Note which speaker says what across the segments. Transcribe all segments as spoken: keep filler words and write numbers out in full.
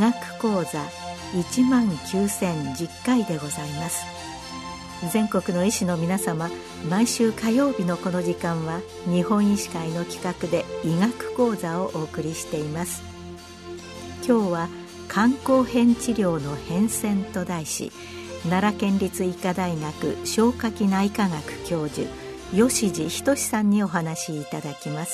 Speaker 1: 学講座いちまんきゅうせんじゅっかいでございます。全国の医師の皆様、毎週火曜日のこの時間は日本医師会の企画で医学講座をお送りしています。今日は肝硬変治療の変遷と題し、奈良県立医科大学消化器内科学教授吉地仁さんにお話しいただきます。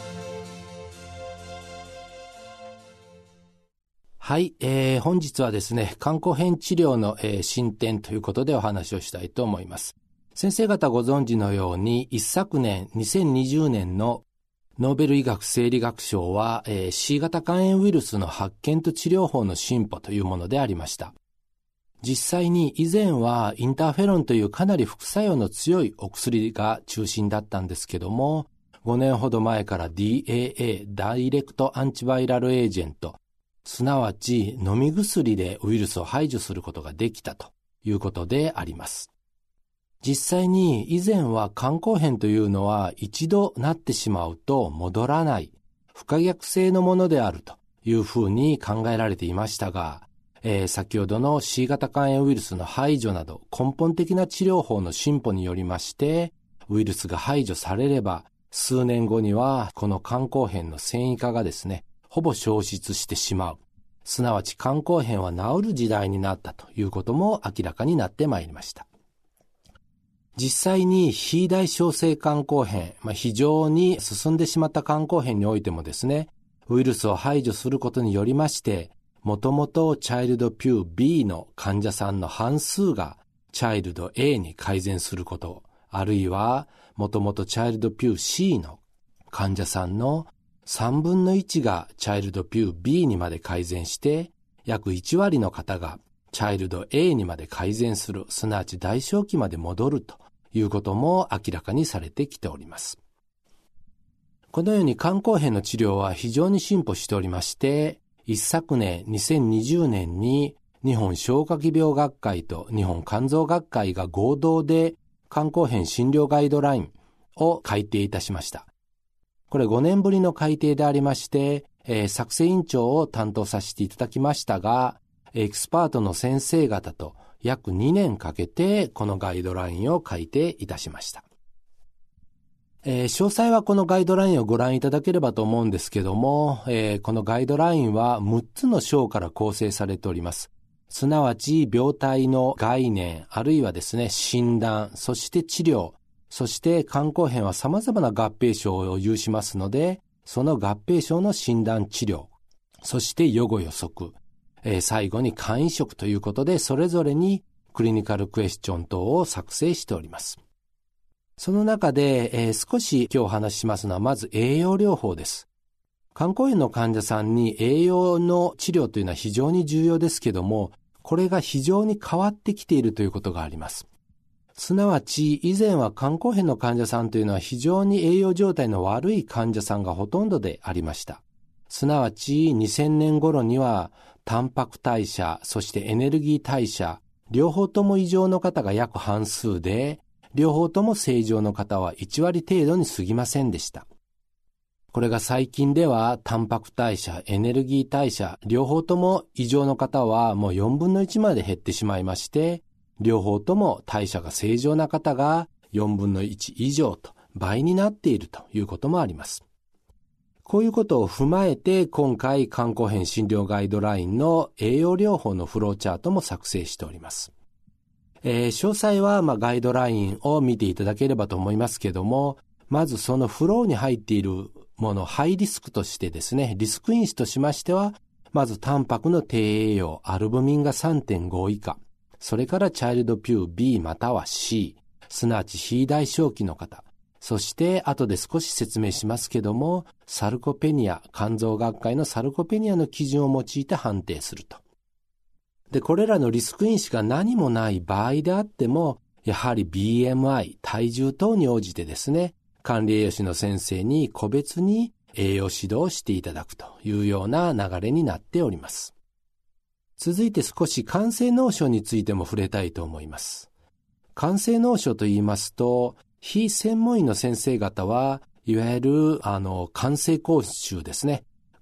Speaker 2: はい、えー、本日はですね、肝硬変治療の、えー、進展ということでお話をしたいと思います。先生方ご存知のように、一昨年にせんにじゅうねんのノーベル医学生理学賞は、えー、C 型肝炎ウイルスの発見と治療法の進歩というものでありました。実際に以前はインターフェロンというかなり副作用の強いお薬が中心だったんですけども、ごねんほど前から ディーエーエー ダイレクトアンチバイラルエージェント、すなわち飲み薬でウイルスを排除することができたということであります。実際に以前は肝硬変というのは一度なってしまうと戻らない不可逆性のものであるというふうに考えられていましたが、えー、先ほどの C 型肝炎ウイルスの排除など根本的な治療法の進歩によりまして、ウイルスが排除されれば数年後にはこの肝硬変の線維化がですね、ほぼ消失してしまう。すなわち肝硬変は治る時代になったということも明らかになってまいりました。実際に非代償性肝硬変、まあ、非常に進んでしまった肝硬変においてもですね、ウイルスを排除することによりまして、もともとチャイルドピュー ビー の患者さんの半数がチャイルド エー に改善すること、あるいはもともとチャイルドピュー シー の患者さんのさんぶんのいちがチャイルドピュー ビー にまで改善して、約いちわりの方がチャイルド エー にまで改善する、すなわち代償期まで戻るということも明らかにされてきております。このように肝硬変の治療は非常に進歩しておりまして、一昨年にせんにじゅうねんに日本消化器病学会と日本肝臓学会が合同で肝硬変診療ガイドラインを改定いたしました。これごねんぶりの改定でありまして、えー、作成委員長を担当させていただきましたが、エキスパートの先生方と約にねんかけてこのガイドラインを改定いたしました。えー、詳細はこのガイドラインをご覧いただければと思うんですけども、えー、このガイドラインはむっつの章から構成されております。すなわち病態の概念、あるいはですね、診断、そして治療、そして肝硬変は様々な合併症を有しますので、その合併症の診断治療、そして予後予測、えー、最後に肝移植ということで、それぞれにクリニカルクエスチョン等を作成しております。その中で、えー、少し今日お話ししますのは、まず栄養療法です。肝硬変の患者さんに栄養の治療というのは非常に重要ですけども、これが非常に変わってきているということがあります。すなわち以前は肝硬変の患者さんというのは非常に栄養状態の悪い患者さんがほとんどでありました。すなわちにせんねん頃にはタンパク代謝、そしてエネルギー代謝、両方とも異常の方が約半数で、両方とも正常の方はいちわり程度に過ぎませんでした。これが最近ではタンパク代謝、エネルギー代謝、両方とも異常の方はもうよんぶんのいちまで減ってしまいまして、両方とも代謝が正常な方がよんぶんのいち以上と倍になっているということもあります。こういうことを踏まえて今回肝硬変診療ガイドラインの栄養療法のフローチャートも作成しております。えー、詳細はまあガイドラインを見ていただければと思いますけども、まずそのフローに入っているもの、ハイリスクとしてですね、リスク因子としましては、まずタンパクの低栄養、アルブミンが さんてんご 以下、それからチャイルドピュー ビー または シー、すなわち非代償期の方、そして後で少し説明しますけども、サルコペニア、肝臓学会のサルコペニアの基準を用いて判定すると。で、これらのリスク因子が何もない場合であっても、やはり ビーエムアイ、体重等に応じてですね、管理栄養士の先生に個別に栄養指導をしていただくというような流れになっております。続いて少し肝性脳症についても触れたいと思います。肝性脳症と言いますと、非専門医の先生方はいわゆるあの肝性膠腫ですね。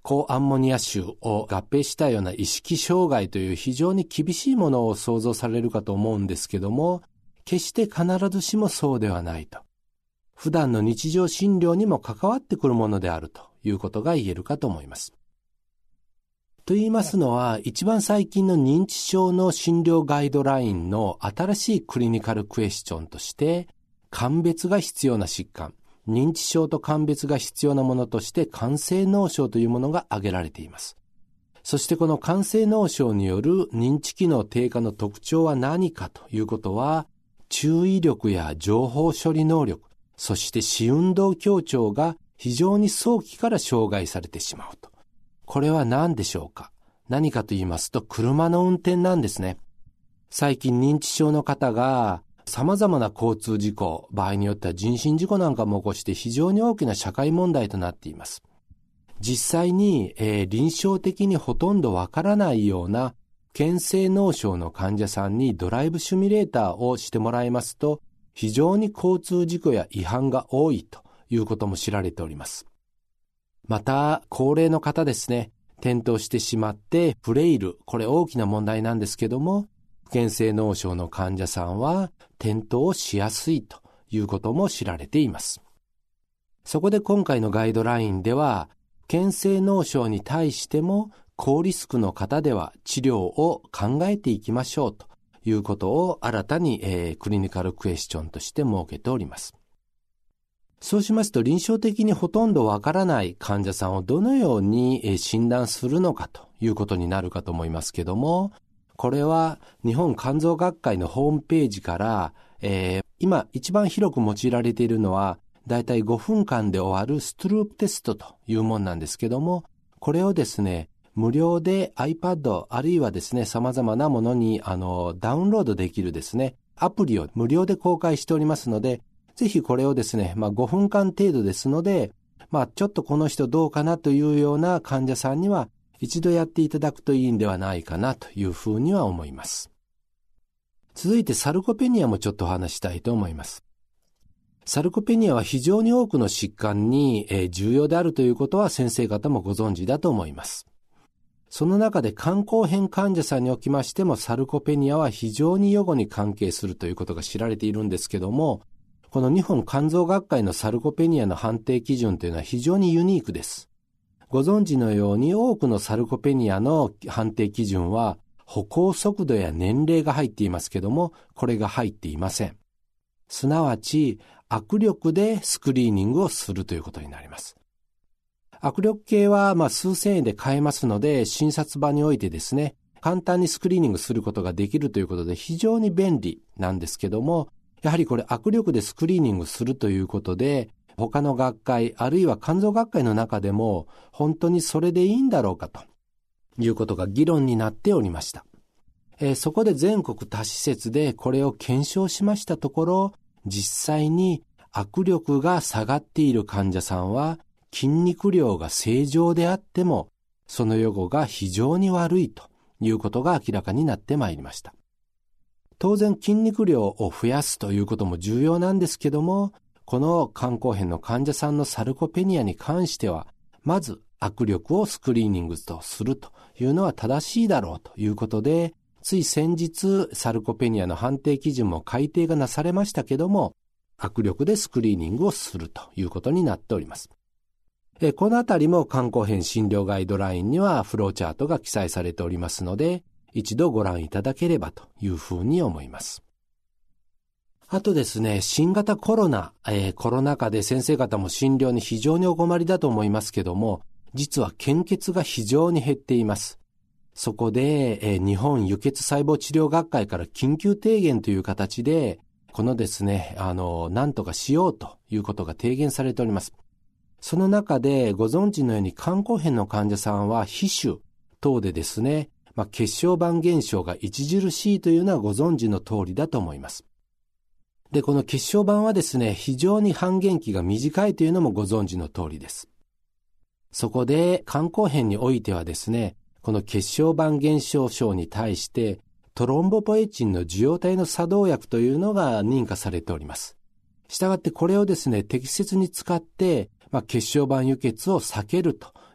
Speaker 2: 高アンモニア臭を合併したような意識障害という非常に厳しいものを想像されるかと思うんですけども、決して必ずしもそうではないと。普段の日常診療にも関わってくるものであるということが言えるかと思います。と言いますのは、一番最近の認知症の診療ガイドラインの新しいクリニカルクエスチョンとして、鑑別が必要な疾患、認知症と鑑別が必要なものとして肝性脳症というものが挙げられています。そしてこの肝性脳症による認知機能低下の特徴は何かということは、注意力や情報処理能力、そして視運動協調が非常に早期から障害されてしまうと。これは何でしょうか？何かと言いますと、車の運転なんですね。最近認知症の方が様々な交通事故、場合によっては人身事故なんかも起こして非常に大きな社会問題となっています。実際に、えー、臨床的にほとんどわからないような検性脳症の患者さんにドライブシミュレーターをしてもらいますと、非常に交通事故や違反が多いということも知られております。また、高齢の方ですね、転倒してしまってフレイル、これ大きな問題なんですけども、不健性脳症の患者さんは転倒をしやすいということも知られています。そこで今回のガイドラインでは、不健性脳症に対しても高リスクの方では治療を考えていきましょうということを新たに、えー、クリニカルクエスチョンとして設けております。そうしますと臨床的にほとんどわからない患者さんをどのように診断するのかということになるかと思いますけども、これは日本肝臓学会のホームページから、えー、今一番広く用いられているのはだいたいごふんかんで終わるストループテストというものなんですけども、これをですね、無料で iPad あるいはですね、様々なものにあのダウンロードできるですね、アプリを無料で公開しておりますので、ぜひこれをですね、まあごふんかん程度ですので、まあちょっとこの人どうかなというような患者さんには一度やっていただくといいんではないかなというふうには思います。続いてサルコペニアもちょっとお話したいと思います。サルコペニアは非常に多くの疾患に重要であるということは先生方もご存知だと思います。その中で肝硬変患者さんにおきましてもサルコペニアは非常に予後に関係するということが知られているんですけども、この日本肝臓学会のサルコペニアの判定基準というのは非常にユニークです。ご存知のように多くのサルコペニアの判定基準は歩行速度や年齢が入っていますけども、これが入っていません。すなわち握力でスクリーニングをするということになります。握力計はまあ数千円で買えますので、診察場においてですね、簡単にスクリーニングすることができるということで非常に便利なんですけども、やはりこれ握力でスクリーニングするということで、他の学会あるいは肝臓学会の中でも本当にそれでいいんだろうかということが議論になっておりました。えー、そこで全国多施設でこれを検証しましたところ、実際に握力が下がっている患者さんは筋肉量が正常であってもその予後が非常に悪いということが明らかになってまいりました。当然筋肉量を増やすということも重要なんですけども、この肝硬変の患者さんのサルコペニアに関しては、まず握力をスクリーニングとするというのは正しいだろうということで、つい先日サルコペニアの判定基準も改定がなされましたけども、握力でスクリーニングをするということになっております。えこのあたりも肝硬変診療ガイドラインにはフローチャートが記載されておりますので、一度ご覧いただければというふうに思います。あとですね、新型コロナ、えー、コロナ禍で先生方も診療に非常にお困りだと思いますけども、実は献血が非常に減っています。そこで、えー、日本輸血細胞治療学会から緊急提言という形で、このですね、あの、なんとかしようということが提言されております。その中でご存知のように肝硬変の患者さんは皮腫等でですね、まあ、血小板減少が著しいというのはご存知の通りだと思います。で、この血小板はですね、非常に半減期が短いというのもご存知の通りです。そこで肝硬変においてはですね、この血小板減少症に対してトロンボポエチンの受容体の作動薬というのが認可されております。したがってこれをですね、適切に使って、まあ、血小板輸血を避けると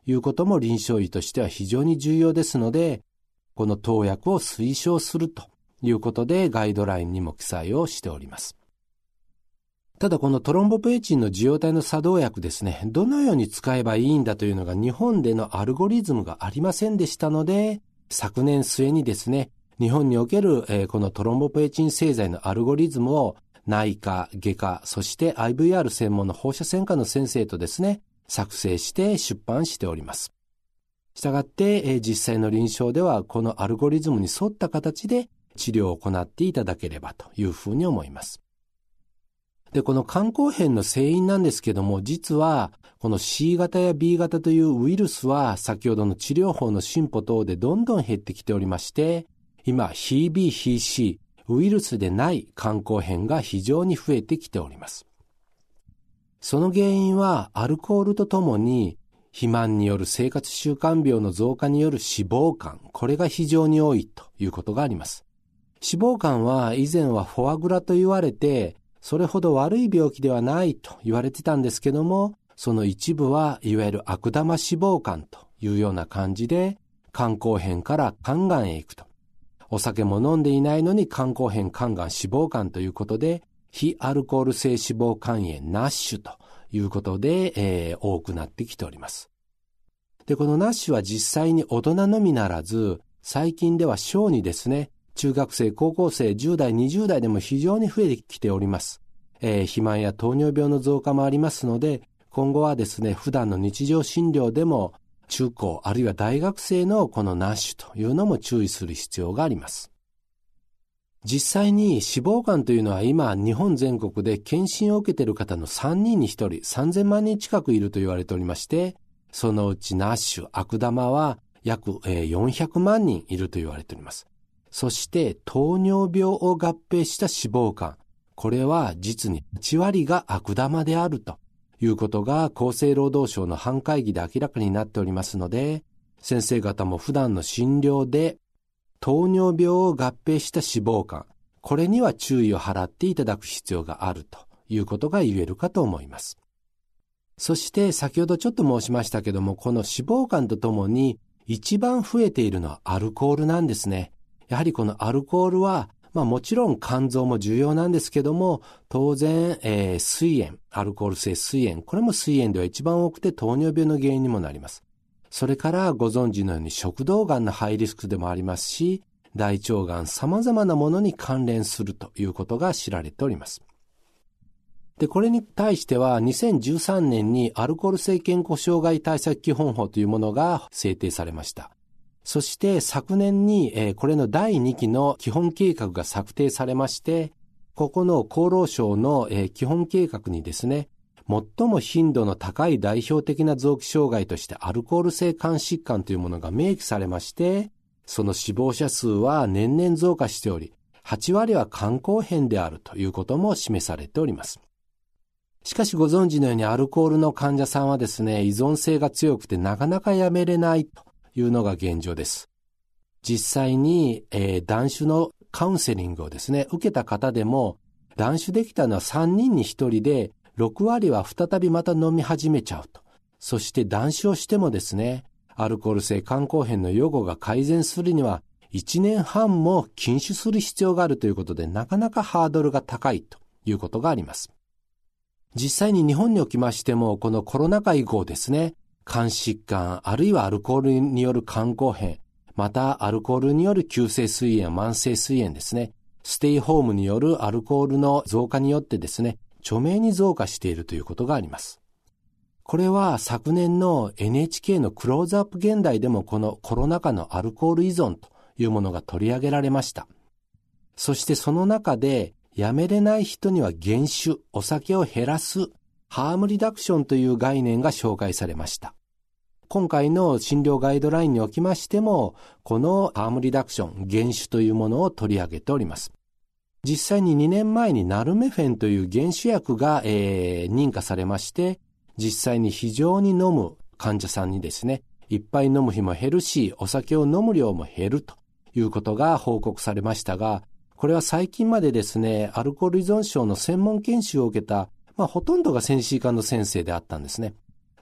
Speaker 2: いうことも臨床医としては非常に重要ですので、この投薬を推奨するということでガイドラインにも記載をしております。ただこのトロンボプエチンの受容体の作動薬ですね、どのように使えばいいんだというのが日本でのアルゴリズムがありませんでしたので、昨年末にですね、日本における、えー、このトロンボプエチン製剤のアルゴリズムを内科、外科、そして アイブイアール 専門の放射線科の先生とですね、作成して出版しております。したがって、えー、実際の臨床ではこのアルゴリズムに沿った形で治療を行っていただければというふうに思います。で、この肝硬変の成因なんですけども、実はこの C 型や B 型というウイルスは先ほどの治療法の進歩等でどんどん減ってきておりまして、今 ヒービー、ヒーシー、ウイルスでない肝硬変が非常に増えてきております。その原因はアルコールとともに肥満による生活習慣病の増加による脂肪肝、これが非常に多いということがあります。脂肪肝は以前はフォアグラと言われて、それほど悪い病気ではないと言われてたんですけども、その一部はいわゆる悪玉脂肪肝というような感じで肝硬変から肝がんへ行くと。お酒も飲んでいないのに肝硬変、肝がん、脂肪肝ということで、非アルコール性脂肪肝炎、ナッシュということで、えー、多くなってきております。で、このナッシュは実際に大人のみならず、最近では小にですね、中学生、高校生、じゅう代、にじゅう代でも非常に増えてきております。えー、肥満や糖尿病の増加もありますので、今後はですね、普段の日常診療でも、中高あるいは大学生のこのナッシュというのも注意する必要があります。実際に脂肪肝というのは今日本全国で検診を受けている方のさんにんにひとり、さんぜんまんにん近くいると言われておりまして、そのうちナッシュ、悪玉は約よんひゃくまんにんいると言われております。そして糖尿病を合併した脂肪肝、これは実にはちわりが悪玉であるということが厚生労働省の班会議で明らかになっておりますので、先生方も普段の診療で糖尿病を合併した脂肪肝、これには注意を払っていただく必要があるということが言えるかと思います。そして先ほどちょっと申しましたけども、この脂肪肝とともに一番増えているのはアルコールなんですね。やはりこのアルコールはまあもちろん肝臓も重要なんですけども、当然、えー、膵炎、アルコール性膵炎、これも膵炎では一番多くて糖尿病の原因にもなります。それからご存知のように食道がんのハイリスクでもありますし、大腸がん様々なものに関連するということが知られております。で、これに対してはにせんじゅうさんねんにアルコール性健康障害対策基本法というものが制定されました。そして昨年に、えー、これのだいにきの基本計画が策定されまして、ここの厚労省の、えー、基本計画にですね、最も頻度の高い代表的な臓器障害としてアルコール性肝疾患というものが明記されまして、その死亡者数は年々増加しており、はちわりは肝硬変であるということも示されております。しかしご存知のようにアルコールの患者さんはですね、依存性が強くてなかなかやめれないというのが現状です。実際に、えー、断酒のカウンセリングをですね、受けた方でも、断酒できたのはさんにんにひとりで、ろくわりは再びまた飲み始めちゃうと。そして断酒をしてもですね、アルコール性肝硬変の予後が改善するにはいちねんはんも禁酒する必要があるということで、なかなかハードルが高いということがあります。実際に日本におきましても、このコロナ禍以降ですね、肝疾患、あるいはアルコールによる肝硬変、またアルコールによる急性膵炎、慢性膵炎ですね、ステイホームによるアルコールの増加によってですね、著名に増加しているということがあります。これは昨年の エヌエイチケー のクローズアップ現代でもこのコロナ禍のアルコール依存というものが取り上げられました。そしてその中でやめれない人には減酒、お酒を減らす、ハームリダクションという概念が紹介されました。今回の診療ガイドラインにおきましても、このハームリダクション、減酒というものを取り上げております。実際ににねんまえにナルメフェンという減酒薬が、えー、認可されまして、実際に非常に飲む患者さんにですね、いっぱい飲む日も減るし、お酒を飲む量も減るということが報告されましたが、これは最近までですね、アルコール依存症の専門研修を受けた、まあほとんどが専歯科の先生であったんですね。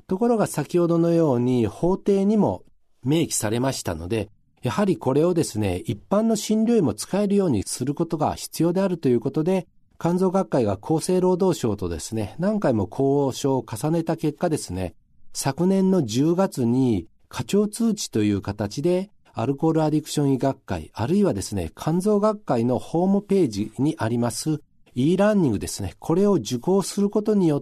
Speaker 2: ところが先ほどのように法定にも明記されましたので、やはりこれをですね、一般の診療医も使えるようにすることが必要であるということで、肝臓学会が厚生労働省とですね、何回も交渉を重ねた結果ですね、昨年のじゅうがつに課長通知という形で、アルコールアディクション医学会、あるいはですね、肝臓学会のホームページにあります e ラーニングですね、これを受講することによって、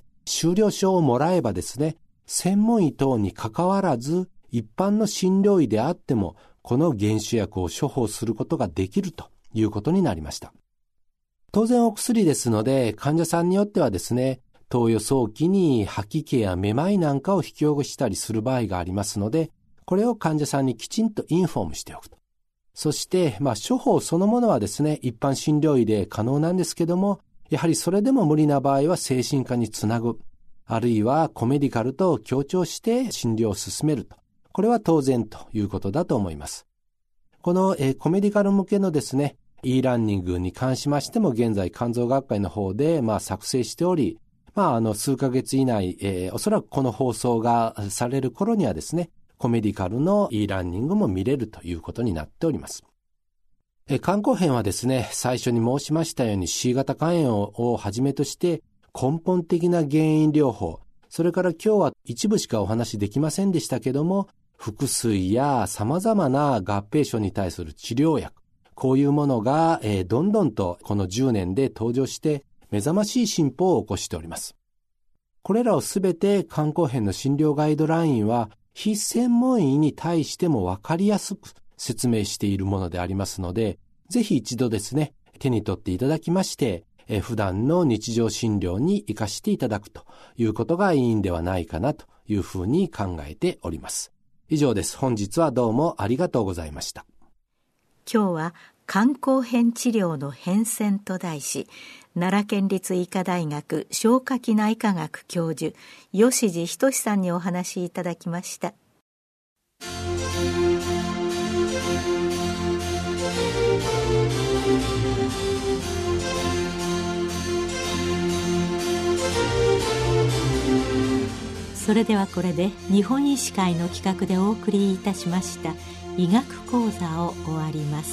Speaker 2: 修了証をもらえばですね、専門医等に関わらず、一般の診療医であっても、この減酒薬を処方することができるということになりました。当然お薬ですので、患者さんによってはですね、投与早期に吐き気やめまいなんかを引き起こしたりする場合がありますので、これを患者さんにきちんとインフォームしておくと。そして、まあ、処方そのものはですね、一般診療医で可能なんですけども、やはりそれでも無理な場合は精神科につなぐ、あるいはコメディカルと協調して診療を進めると。これは当然ということだと思います。この、えー、コメディカル向けのですね、e ラーニングに関しましても現在肝臓学会の方でまあ作成しており、まああの数ヶ月以内、えー、おそらくこの放送がされる頃にはですね、コメディカルの e ラーニングも見れるということになっております。えー、肝硬変はですね、最初に申しましたように C 型肝炎を、をはじめとして根本的な原因療法、それから今日は一部しかお話できませんでしたけども、腹水や様々な合併症に対する治療薬、こういうものが、えー、どんどんとこのじゅうねんで登場して目覚ましい進歩を起こしております。これらをすべて肝硬変の診療ガイドラインは非専門医に対してもわかりやすく説明しているものでありますので、ぜひ一度ですね、手に取っていただきまして、えー、普段の日常診療に活かしていただくということがいいんではないかなというふうに考えております。以上です。本日はどうもありがとうございました。
Speaker 1: 今日は肝硬変治療の変遷と題し、奈良県立医科大学消化器内科学教授吉地仁さんにお話しいただきました。それではこれで日本医師会の企画でお送りいたしました医学講座を終わります。